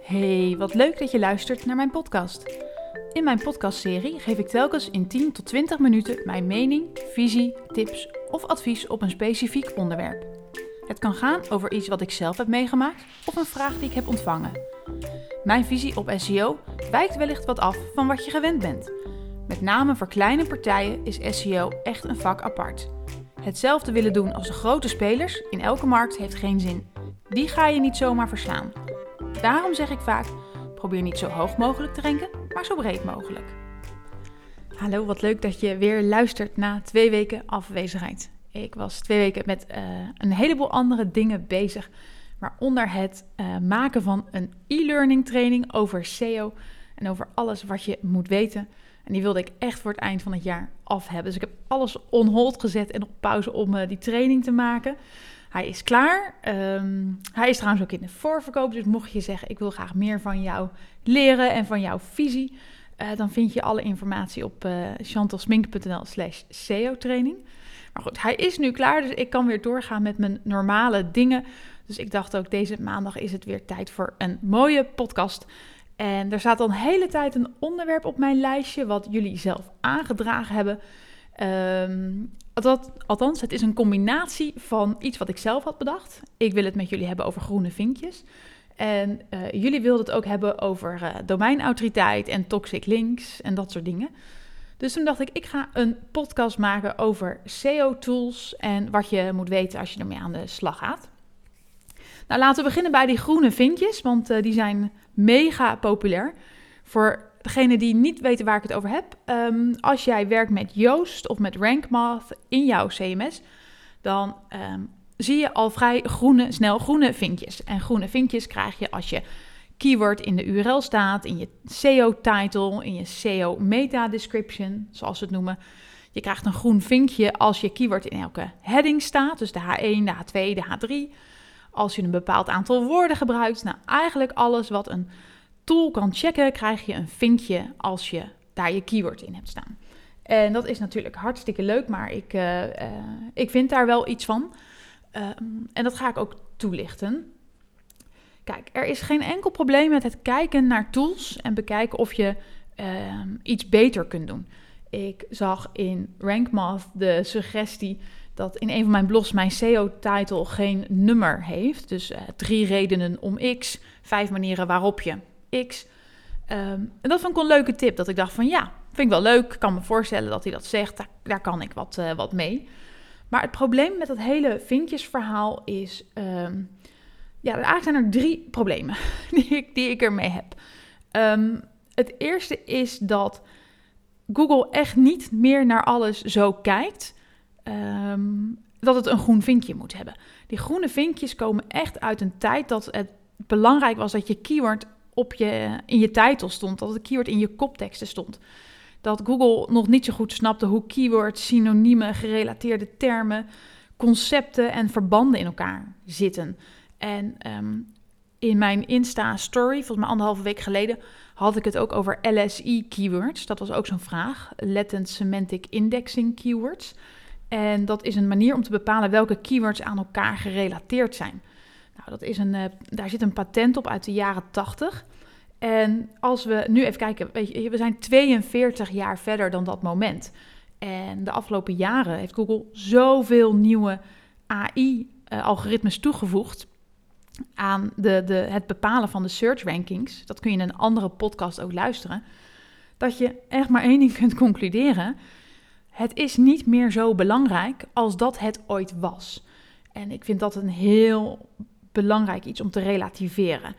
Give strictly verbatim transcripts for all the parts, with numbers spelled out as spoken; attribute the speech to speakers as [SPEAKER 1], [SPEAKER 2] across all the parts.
[SPEAKER 1] Hey, wat leuk dat je luistert naar mijn podcast. In mijn podcastserie geef ik telkens in tien tot twintig minuten mijn mening, visie, tips of advies op een specifiek onderwerp. Het kan gaan over iets wat ik zelf heb meegemaakt of een vraag die ik heb ontvangen. Mijn visie op S E O wijkt wellicht wat af van wat je gewend bent. Met name voor kleine partijen is S E O echt een vak apart. Hetzelfde willen doen als de grote spelers in elke markt heeft geen zin. Die ga je niet zomaar verslaan. Daarom zeg ik vaak, probeer niet zo hoog mogelijk te ranken, maar zo breed mogelijk. Hallo, wat leuk dat je weer luistert na twee weken afwezigheid. Ik was twee weken met uh, een heleboel andere dingen bezig, waaronder het uh, maken van een e-learning training over S E O en over alles wat je moet weten. En die wilde ik echt voor het eind van het jaar af hebben. Dus ik heb alles on hold gezet en op pauze om uh, die training te maken. Hij is klaar. Um, hij is trouwens ook in de voorverkoop. Dus mocht je zeggen, ik wil graag meer van jou leren en van jouw visie, Uh, dan vind je alle informatie op uh, chantelsmink.nl slash SEO training. Maar goed, hij is nu klaar, dus ik kan weer doorgaan met mijn normale dingen. Dus ik dacht ook, deze maandag is het weer tijd voor een mooie podcast. En er staat al een hele tijd een onderwerp op mijn lijstje, wat jullie zelf aangedragen hebben. Um, dat, althans, het is een combinatie van iets wat ik zelf had bedacht. Ik wil het met jullie hebben over groene vinkjes. En uh, jullie wilden het ook hebben over uh, domeinautoriteit en toxic links en dat soort dingen. Dus toen dacht ik, ik ga een podcast maken over S E O-tools en wat je moet weten als je ermee aan de slag gaat. Nou, laten we beginnen bij die groene vinkjes, want uh, die zijn mega populair. Voor degenen die niet weten waar ik het over heb, um, als jij werkt met Yoast of met RankMath in jouw C M S, dan Um, zie je al vrij groene, snel groene vinkjes. En groene vinkjes krijg je als je keyword in de U R L staat, in je S E O-title, in je S E O-meta-description, zoals ze het noemen. Je krijgt een groen vinkje als je keyword in elke heading staat, dus de H één, de H twee, de H drie. Als je een bepaald aantal woorden gebruikt, nou eigenlijk alles wat een tool kan checken, krijg je een vinkje als je daar je keyword in hebt staan. En dat is natuurlijk hartstikke leuk, maar ik, uh, uh, ik vind daar wel iets van. Uh, en dat ga ik ook toelichten. Kijk, er is geen enkel probleem met het kijken naar tools en bekijken of je uh, iets beter kunt doen. Ik zag in RankMath de suggestie dat in een van mijn blogs mijn S E O-title geen nummer heeft. Dus uh, drie redenen om X, vijf manieren waarop je X. Um, en dat vond ik een leuke tip, dat ik dacht van ja, vind ik wel leuk. Ik kan me voorstellen dat hij dat zegt, daar, daar kan ik wat, uh, wat mee. Maar het probleem met dat hele vinkjesverhaal is, Um, ja, eigenlijk zijn er drie problemen die ik, die ik ermee heb. Um, het eerste is dat Google echt niet meer naar alles zo kijkt, um, dat het een groen vinkje moet hebben. Die groene vinkjes komen echt uit een tijd dat het belangrijk was dat je keyword op je, in je titel stond, dat het keyword in je kopteksten stond. Dat Google nog niet zo goed snapte hoe keywords, synoniemen, gerelateerde termen, concepten en verbanden in elkaar zitten. En um, in mijn Insta-story, volgens mij anderhalve week geleden, had ik het ook over L S I-keywords. Dat was ook zo'n vraag, Latent Semantic Indexing keywords. En dat is een manier om te bepalen welke keywords aan elkaar gerelateerd zijn. Nou, dat is een, uh, daar zit een patent op uit de jaren tachtig. En als we nu even kijken, weet je, we zijn tweeënveertig jaar verder dan dat moment. En de afgelopen jaren heeft Google zoveel nieuwe A I-algoritmes toegevoegd aan de, de, het bepalen van de search rankings. Dat kun je in een andere podcast ook luisteren. Dat je echt maar één ding kunt concluderen. Het is niet meer zo belangrijk als dat het ooit was. En ik vind dat een heel belangrijk iets om te relativeren.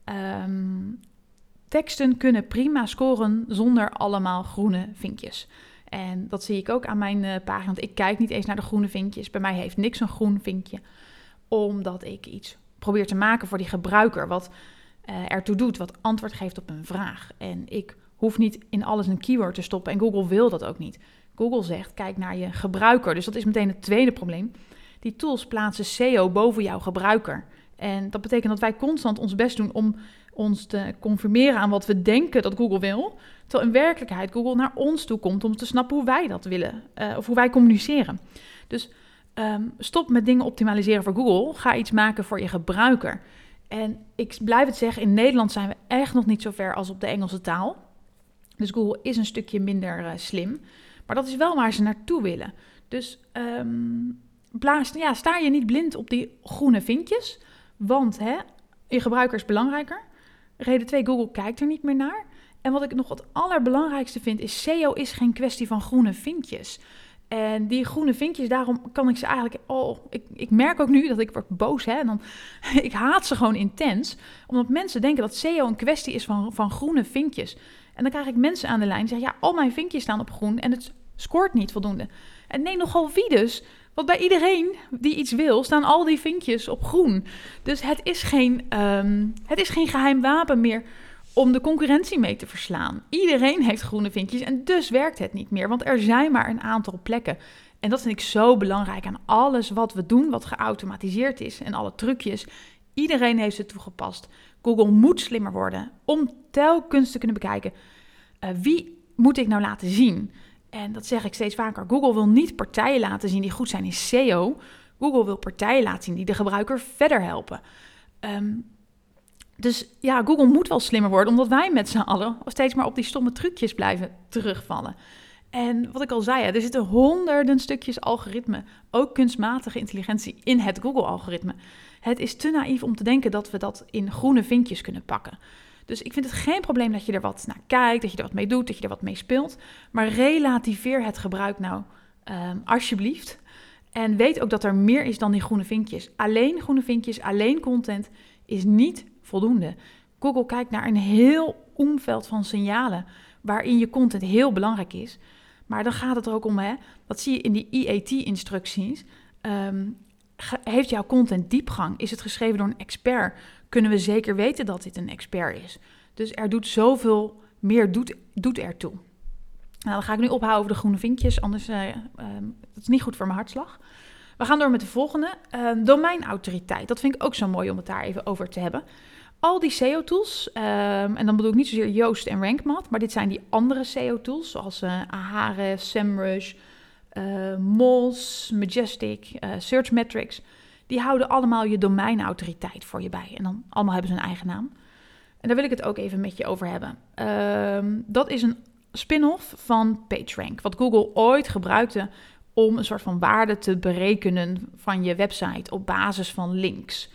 [SPEAKER 1] Um, Teksten kunnen prima scoren zonder allemaal groene vinkjes. En dat zie ik ook aan mijn uh, pagina, want ik kijk niet eens naar de groene vinkjes. Bij mij heeft niks een groen vinkje, omdat ik iets probeer te maken voor die gebruiker, wat uh, ertoe doet, wat antwoord geeft op een vraag. En ik hoef niet in alles een keyword te stoppen en Google wil dat ook niet. Google zegt, kijk naar je gebruiker. Dus dat is meteen het tweede probleem. Die tools plaatsen S E O boven jouw gebruiker. En dat betekent dat wij constant ons best doen om ons te conformeren aan wat we denken dat Google wil. Terwijl in werkelijkheid Google naar ons toe komt om te snappen hoe wij dat willen. Uh, of hoe wij communiceren. Dus um, stop met dingen optimaliseren voor Google. Ga iets maken voor je gebruiker. En ik blijf het zeggen, in Nederland zijn we echt nog niet zo ver als op de Engelse taal. Dus Google is een stukje minder uh, slim. Maar dat is wel waar ze naartoe willen. Dus um, blaas, ja, sta je niet blind op die groene vinkjes. Want hè, je gebruiker is belangrijker. Reden twee, Google kijkt er niet meer naar. En wat ik nog het allerbelangrijkste vind is, S E O is geen kwestie van groene vinkjes. En die groene vinkjes, daarom kan ik ze eigenlijk... Oh, ik, ik merk ook nu dat ik word boos, hè. En dan, ik haat ze gewoon intens. Omdat mensen denken dat S E O een kwestie is van, van groene vinkjes. En dan krijg ik mensen aan de lijn die zeggen, ja, al mijn vinkjes staan op groen en het scoort niet voldoende. En nee, nogal wie dus? Want bij iedereen die iets wil, staan al die vinkjes op groen. Dus het is geen, um, het is geen geheim wapen meer om de concurrentie mee te verslaan. Iedereen heeft groene vinkjes en dus werkt het niet meer. Want er zijn maar een aantal plekken. En dat vind ik zo belangrijk aan alles wat we doen, wat geautomatiseerd is en alle trucjes. Iedereen heeft ze toegepast. Google moet slimmer worden om telkens te kunnen bekijken, uh, wie moet ik nou laten zien? En dat zeg ik steeds vaker. Google wil niet partijen laten zien die goed zijn in S E O. Google wil partijen laten zien die de gebruiker verder helpen. Um, dus ja, Google moet wel slimmer worden, omdat wij met z'n allen steeds maar op die stomme trucjes blijven terugvallen. En wat ik al zei, er zitten honderden stukjes algoritme, ook kunstmatige intelligentie, in het Google-algoritme. Het is te naïef om te denken dat we dat in groene vinkjes kunnen pakken. Dus ik vind het geen probleem dat je er wat naar kijkt, dat je er wat mee doet, dat je er wat mee speelt. Maar relativeer het gebruik nou um, alsjeblieft. En weet ook dat er meer is dan die groene vinkjes. Alleen groene vinkjes, alleen content is niet voldoende. Google kijkt naar een heel omveld van signalen waarin je content heel belangrijk is. Maar dan gaat het er ook om, hè, dat zie je in die E A T-instructies. Um, heeft jouw content diepgang? Is het geschreven door een expert? Kunnen we zeker weten dat dit een expert is? Dus er doet zoveel meer, doet, doet ertoe. Nou, dan ga ik nu ophouden over de groene vinkjes, anders uh, uh, dat is niet goed voor mijn hartslag. We gaan door met de volgende. Uh, domeinautoriteit. Dat vind ik ook zo mooi om het daar even over te hebben. Al die S E O-tools, um, en dan bedoel ik niet zozeer Yoast en RankMath, maar dit zijn die andere S E O-tools, zoals uh, Ahrefs, SEMrush, uh, Moz, Majestic, uh, Searchmetrics. Die houden allemaal je domeinautoriteit voor je bij. En dan allemaal hebben ze een eigen naam. En daar wil ik het ook even met je over hebben. Um, dat is een spin-off van PageRank, wat Google ooit gebruikte om een soort van waarde te berekenen van je website op basis van links.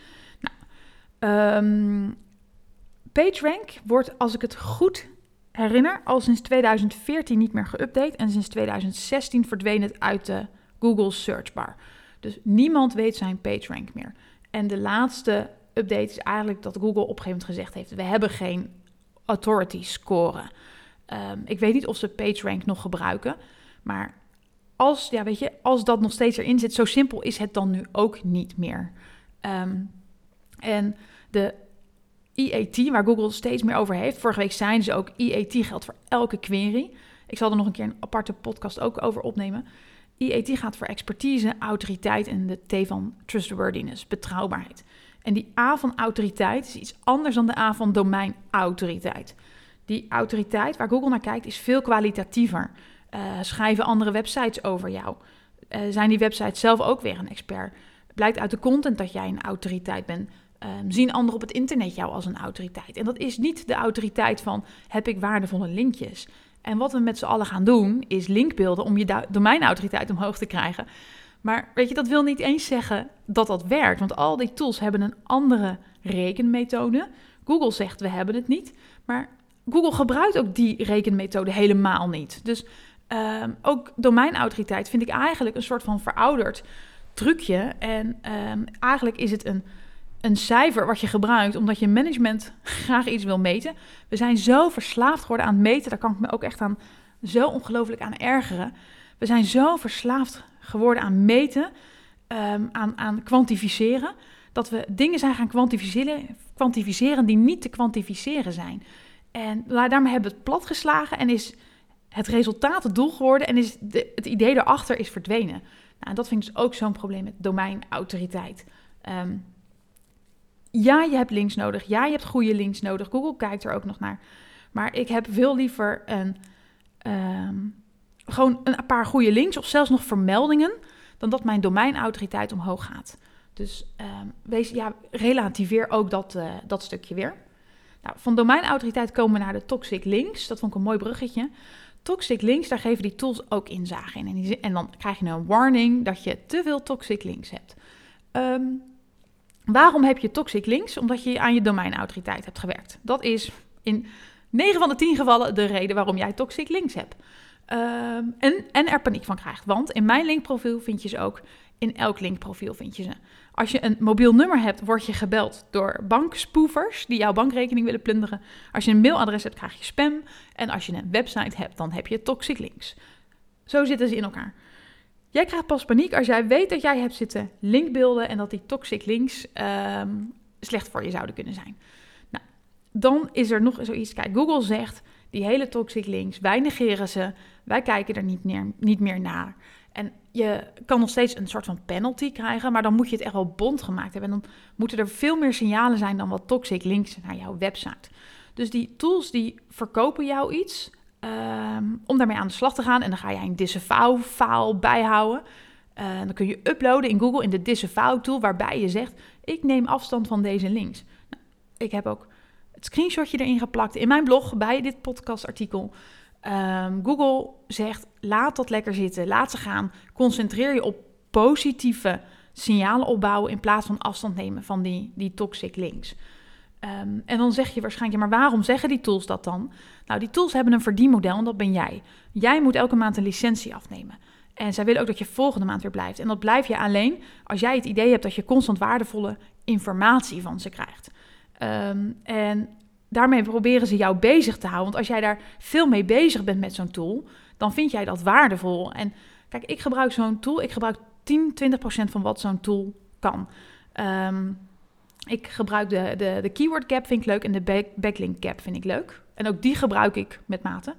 [SPEAKER 1] Nou, um, PageRank wordt, als ik het goed herinner, al sinds tweeduizend veertien niet meer geüpdate en sinds tweeduizend zestien verdween het uit de Google searchbar. Dus niemand weet zijn PageRank meer. En de laatste update is eigenlijk dat Google op een gegeven moment gezegd heeft, we hebben geen authority score. Um, ik weet niet of ze PageRank nog gebruiken, maar als, ja, weet je, als dat nog steeds erin zit, zo simpel is het dan nu ook niet meer. Um, en de E A T, waar Google steeds meer over heeft, vorige week zeiden ze ook, E A T geldt voor elke query. Ik zal er nog een keer een aparte podcast ook over opnemen. E A T gaat voor expertise, autoriteit en de T van trustworthiness, betrouwbaarheid. En die A van autoriteit is iets anders dan de A van domeinautoriteit. Die autoriteit waar Google naar kijkt is veel kwalitatiever. Uh, schrijven andere websites over jou? Uh, zijn die websites zelf ook weer een expert? Blijkt uit de content dat jij een autoriteit bent? Um, zien anderen op het internet jou als een autoriteit? En dat is niet de autoriteit van, heb ik waardevolle linkjes? En wat we met z'n allen gaan doen, is linkbeelden om je do- domeinautoriteit omhoog te krijgen. Maar weet je, dat wil niet eens zeggen dat dat werkt. Want al die tools hebben een andere rekenmethode. Google zegt, we hebben het niet. Maar Google gebruikt ook die rekenmethode helemaal niet. Dus um, ook domeinautoriteit vind ik eigenlijk een soort van verouderd trucje. En um, eigenlijk is het een, een cijfer wat je gebruikt omdat je management graag iets wil meten. We zijn zo verslaafd geworden aan het meten. Daar kan ik me ook echt aan zo ongelooflijk aan ergeren. We zijn zo verslaafd geworden aan meten, um, aan, aan kwantificeren, dat we dingen zijn gaan kwantificeren, kwantificeren die niet te kwantificeren zijn. En daarmee hebben we het platgeslagen en is het resultaat het doel geworden en is de, het idee erachter is verdwenen. Nou, dat vind ik dus ook zo'n probleem met domeinautoriteit. Um, ja, je hebt links nodig. Ja, je hebt goede links nodig. Google kijkt er ook nog naar. Maar ik heb veel liever een, um, gewoon een paar goede links of zelfs nog vermeldingen dan dat mijn domeinautoriteit omhoog gaat. Dus um, wees, ja, relativeer ook dat, uh, dat stukje weer. Nou, van domeinautoriteit komen we naar de toxic links. Dat vond ik een mooi bruggetje. Toxic links, daar geven die tools ook inzage in. En, die, en dan krijg je een warning dat je te veel toxic links hebt. Um, waarom heb je toxic links? Omdat je aan je domeinautoriteit hebt gewerkt. Dat is in negen van de tien gevallen de reden waarom jij toxic links hebt. Um, en, en er paniek van krijgt. Want in mijn linkprofiel vind je ze ook. In elk linkprofiel vind je ze. Als je een mobiel nummer hebt, word je gebeld door bankspoofers die jouw bankrekening willen plunderen. Als je een mailadres hebt, krijg je spam. En als je een website hebt, dan heb je toxic links. Zo zitten ze in elkaar. Jij krijgt pas paniek als jij weet dat jij hebt zitten linkbeelden en dat die toxic links um, slecht voor je zouden kunnen zijn. Nou, dan is er nog zoiets. Kijk, Google zegt, die hele toxic links, wij negeren ze. Wij kijken er niet meer, niet meer naar. En je kan nog steeds een soort van penalty krijgen, maar dan moet je het echt wel bond gemaakt hebben. En dan moeten er veel meer signalen zijn dan wat toxic links naar jouw website. Dus die tools die verkopen jou iets um, om daarmee aan de slag te gaan. En dan ga jij een disavow-file bijhouden. Uh, dan kun je uploaden in Google in de disavow-tool waarbij je zegt, ik neem afstand van deze links. Nou, ik heb ook het screenshotje erin geplakt in mijn blog bij dit podcastartikel. Um, Google zegt, laat dat lekker zitten, laat ze gaan. Concentreer je op positieve signalen opbouwen in plaats van afstand nemen van die, die toxic links. Um, en dan zeg je waarschijnlijk, ja, maar waarom zeggen die tools dat dan? Nou, die tools hebben een verdienmodel en dat ben jij. Jij moet elke maand een licentie afnemen. En zij willen ook dat je volgende maand weer blijft. En dat blijf je alleen als jij het idee hebt dat je constant waardevolle informatie van ze krijgt. Um, en daarmee proberen ze jou bezig te houden. Want als jij daar veel mee bezig bent met zo'n tool, dan vind jij dat waardevol. En kijk, ik gebruik zo'n tool. Ik gebruik tien, twintig procent van wat zo'n tool kan. Um, ik gebruik de, de, de keyword cap, vind ik leuk. En de back, backlink cap vind ik leuk. En ook die gebruik ik met mate.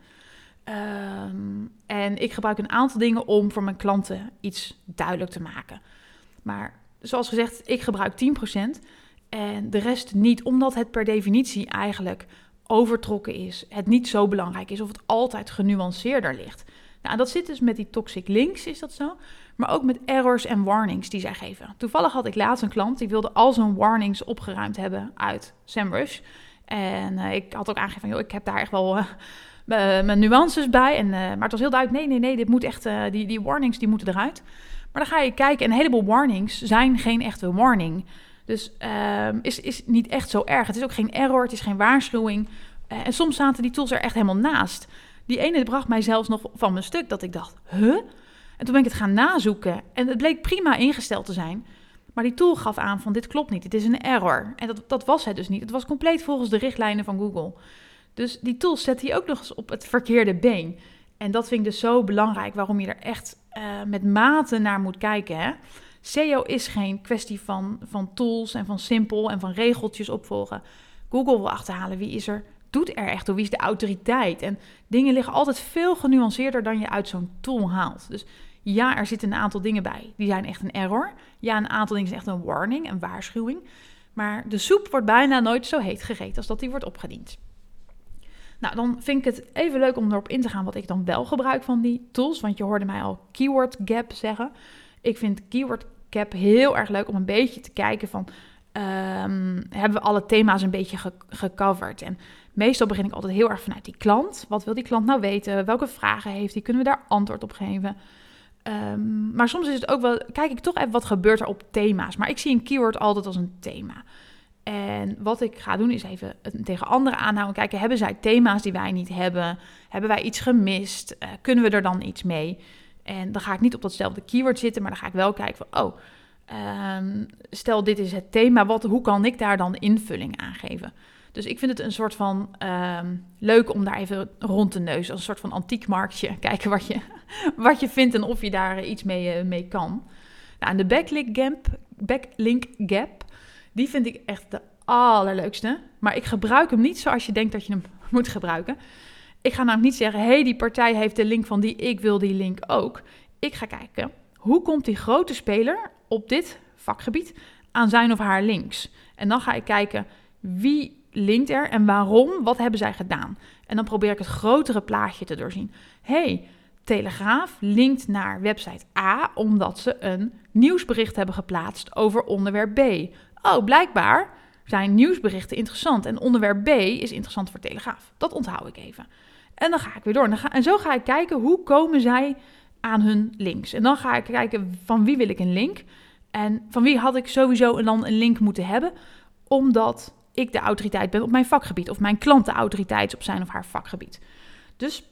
[SPEAKER 1] Um, en ik gebruik een aantal dingen om voor mijn klanten iets duidelijk te maken. Maar zoals gezegd, ik gebruik tien procent. En de rest niet, omdat het per definitie eigenlijk overtrokken is. Het niet zo belangrijk is of het altijd genuanceerder ligt. Nou, en dat zit dus met die toxic links, is dat zo. Maar ook met errors en warnings die zij geven. Toevallig had ik laatst een klant die wilde al zijn warnings opgeruimd hebben uit SEMrush. En uh, ik had ook aangegeven van, joh, ik heb daar echt wel uh, mijn nuances bij. En, uh, maar het was heel duidelijk, nee, nee, nee, dit moet echt, uh, die, die warnings die moeten eruit. Maar dan ga je kijken en een heleboel warnings zijn geen echte warning. Dus uh, is, is niet echt zo erg. Het is ook geen error, het is geen waarschuwing. Uh, en soms zaten die tools er echt helemaal naast. Die ene bracht mij zelfs nog van mijn stuk dat ik dacht, huh? En toen ben ik het gaan nazoeken en het bleek prima ingesteld te zijn. Maar die tool gaf aan van dit klopt niet, het is een error. En dat, dat was het dus niet. Het was compleet volgens de richtlijnen van Google. Dus die tools zet hij ook nog eens op het verkeerde been. En dat vind ik dus zo belangrijk, waarom je er echt uh, met mate naar moet kijken, hè? S E O is geen kwestie van, van tools en van simpel en van regeltjes opvolgen. Google wil achterhalen wie is er, doet er echt toe, wie is de autoriteit. En dingen liggen altijd veel genuanceerder dan je uit zo'n tool haalt. Dus ja, er zitten een aantal dingen bij, die zijn echt een error. Ja, een aantal dingen zijn echt een warning, een waarschuwing. Maar de soep wordt bijna nooit zo heet gegeten als dat die wordt opgediend. Nou, dan vind ik het even leuk om erop in te gaan wat ik dan wel gebruik van die tools. Want je hoorde mij al keyword gap zeggen. Ik vind keyword gap heel erg leuk om een beetje te kijken van, um, hebben we alle thema's een beetje ge- gecoverd? En meestal begin ik altijd heel erg vanuit die klant. Wat wil die klant nou weten? Welke vragen heeft hij? Kunnen we daar antwoord op geven? Um, maar soms is het ook wel, kijk ik toch even wat gebeurt er op thema's. Maar ik zie een keyword altijd als een thema. En wat ik ga doen is even het tegen anderen aanhouden. Kijken, hebben zij thema's die wij niet hebben? Hebben wij iets gemist? Uh, kunnen we er dan iets mee? En dan ga ik niet op datzelfde keyword zitten, maar dan ga ik wel kijken van, oh, um, stel dit is het thema, wat, hoe kan ik daar dan invulling aan geven? Dus ik vind het een soort van um, leuk om daar even rond te neuzen, als een soort van antiekmarktje, kijken wat je, wat je vindt en of je daar iets mee, uh, mee kan. Nou, en de backlink gap, backlink gap, die vind ik echt de allerleukste, maar ik gebruik hem niet zoals je denkt dat je hem moet gebruiken. Ik ga namelijk niet zeggen, hé, hey, die partij heeft de link van die, ik wil die link ook. Ik ga kijken, hoe komt die grote speler op dit vakgebied aan zijn of haar links? En dan ga ik kijken, wie linkt er en waarom, wat hebben zij gedaan? En dan probeer ik het grotere plaatje te doorzien. Hé, hey, Telegraaf linkt naar website A omdat ze een nieuwsbericht hebben geplaatst over onderwerp B. Oh, blijkbaar zijn nieuwsberichten interessant en onderwerp B is interessant voor Telegraaf. Dat onthoud ik even. En dan ga ik weer door. En, dan ga, en zo ga ik kijken hoe komen zij aan hun links. En dan ga ik kijken van wie wil ik een link. En van wie had ik sowieso dan een link moeten hebben. Omdat ik de autoriteit ben op mijn vakgebied. Of mijn klant de autoriteit op zijn of haar vakgebied. Dus,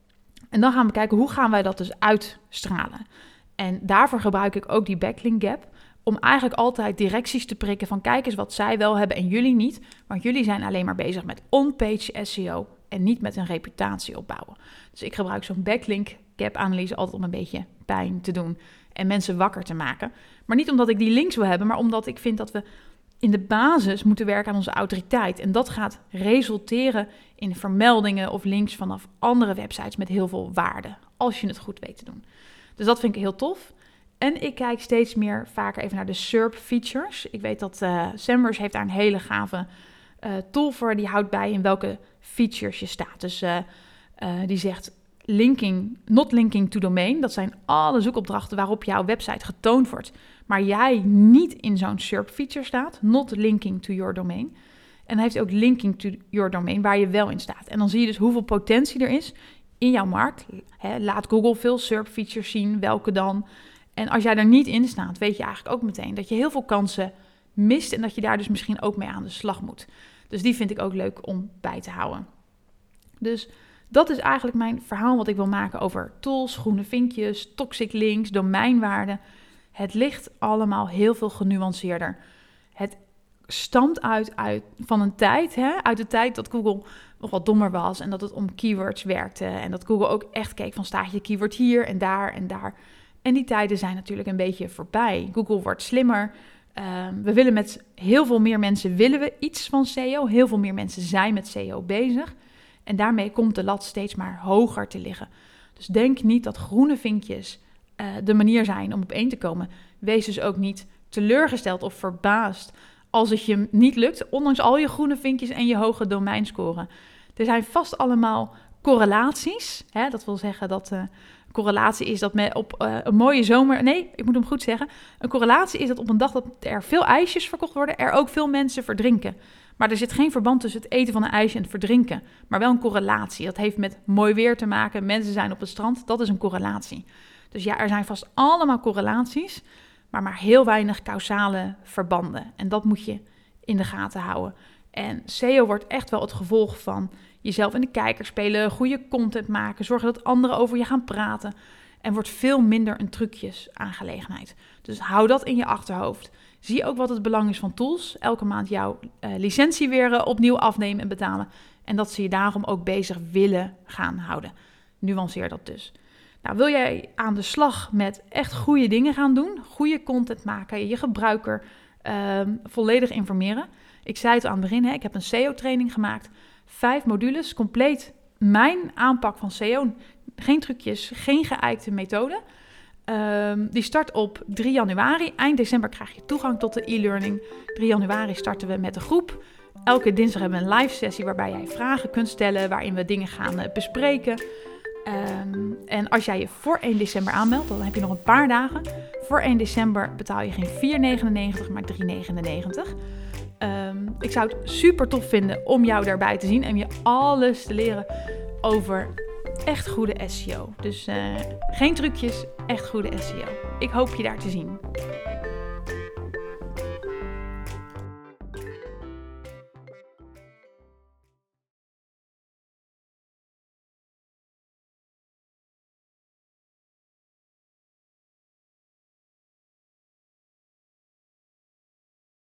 [SPEAKER 1] en dan gaan we kijken hoe gaan wij dat dus uitstralen. En daarvoor gebruik ik ook die backlink gap. Om eigenlijk altijd directies te prikken van kijk eens wat zij wel hebben en jullie niet. Want jullie zijn alleen maar bezig met on-page S E O en niet met een reputatie opbouwen. Dus ik gebruik zo'n backlink gap analyse altijd om een beetje pijn te doen en mensen wakker te maken. Maar niet omdat ik die links wil hebben, maar omdat ik vind dat we in de basis moeten werken aan onze autoriteit. En dat gaat resulteren in vermeldingen of links vanaf andere websites met heel veel waarde. Als je het goed weet te doen. Dus dat vind ik heel tof. En ik kijk steeds meer vaker even naar de S E R P features. Ik weet dat uh, Semrush heeft daar een hele gave uh, tool voor. Die houdt bij in welke features je staat. Dus uh, uh, die zegt linking, not linking to domain. Dat zijn alle zoekopdrachten waarop jouw website getoond wordt. Maar jij niet in zo'n S E R P feature staat. Not linking to your domain. En dan heeft hij ook linking to your domain waar je wel in staat. En dan zie je dus hoeveel potentie er is in jouw markt. He, laat Google veel S E R P features zien. Welke dan? En als jij daar niet in staat, weet je eigenlijk ook meteen dat je heel veel kansen mist en dat je daar dus misschien ook mee aan de slag moet. Dus die vind ik ook leuk om bij te houden. Dus dat is eigenlijk mijn verhaal wat ik wil maken over tools, groene vinkjes, toxic links, domeinwaarden. Het ligt allemaal heel veel genuanceerder. Het stamt uit, uit van een tijd, hè? Uit de tijd dat Google nog wat dommer was en dat het om keywords werkte. En dat Google ook echt keek van staat je keyword hier en daar en daar. En die tijden zijn natuurlijk een beetje voorbij. Google wordt slimmer. Uh, we willen met heel veel meer mensen willen we iets van S E O. Heel veel meer mensen zijn met S E O bezig. En daarmee komt de lat steeds maar hoger te liggen. Dus denk niet dat groene vinkjes uh, de manier zijn om op één te komen. Wees dus ook niet teleurgesteld of verbaasd als het je niet lukt, ondanks al je groene vinkjes en je hoge domeinscore. Er zijn vast allemaal correlaties. Hè? Dat wil zeggen dat uh, correlatie is dat met op uh, een mooie zomer... Nee, ik moet hem goed zeggen. Een correlatie is dat op een dag dat er veel ijsjes verkocht worden, er ook veel mensen verdrinken. Maar er zit geen verband tussen het eten van een ijsje en het verdrinken. Maar wel een correlatie. Dat heeft met mooi weer te maken. Mensen zijn op het strand. Dat is een correlatie. Dus ja, er zijn vast allemaal correlaties, maar maar heel weinig causale verbanden. En dat moet je in de gaten houden. En S E O wordt echt wel het gevolg van jezelf in de kijker spelen, goede content maken, zorgen dat anderen over je gaan praten. En wordt veel minder een trucjes-aangelegenheid. Dus hou dat in je achterhoofd. Zie ook wat het belang is van tools. Elke maand jouw uh, licentie weer uh, opnieuw afnemen en betalen. En dat ze je daarom ook bezig willen gaan houden. Nuanceer dat dus. Nou, wil jij aan de slag met echt goede dingen gaan doen? Goede content maken, je gebruiker uh, volledig informeren. Ik zei het aan het begin, hè, ik heb een S E O-training gemaakt. Vijf modules, compleet mijn aanpak van S E O. Geen trucjes, geen geëikte methode. Um, die start op drie januari. Eind december krijg je toegang tot de e-learning. drie januari starten we met de groep. Elke dinsdag hebben we een live sessie waarbij jij vragen kunt stellen, waarin we dingen gaan uh, bespreken. Um, en als jij je voor één december aanmeldt, dan heb je nog een paar dagen. Voor één december betaal je geen vier negenennegentig, maar drie negenennegentig. Um, ik zou het super tof vinden om jou daarbij te zien en je alles te leren over echt goede S E O. Dus uh, geen trucjes, echt goede S E O. Ik hoop je daar te zien.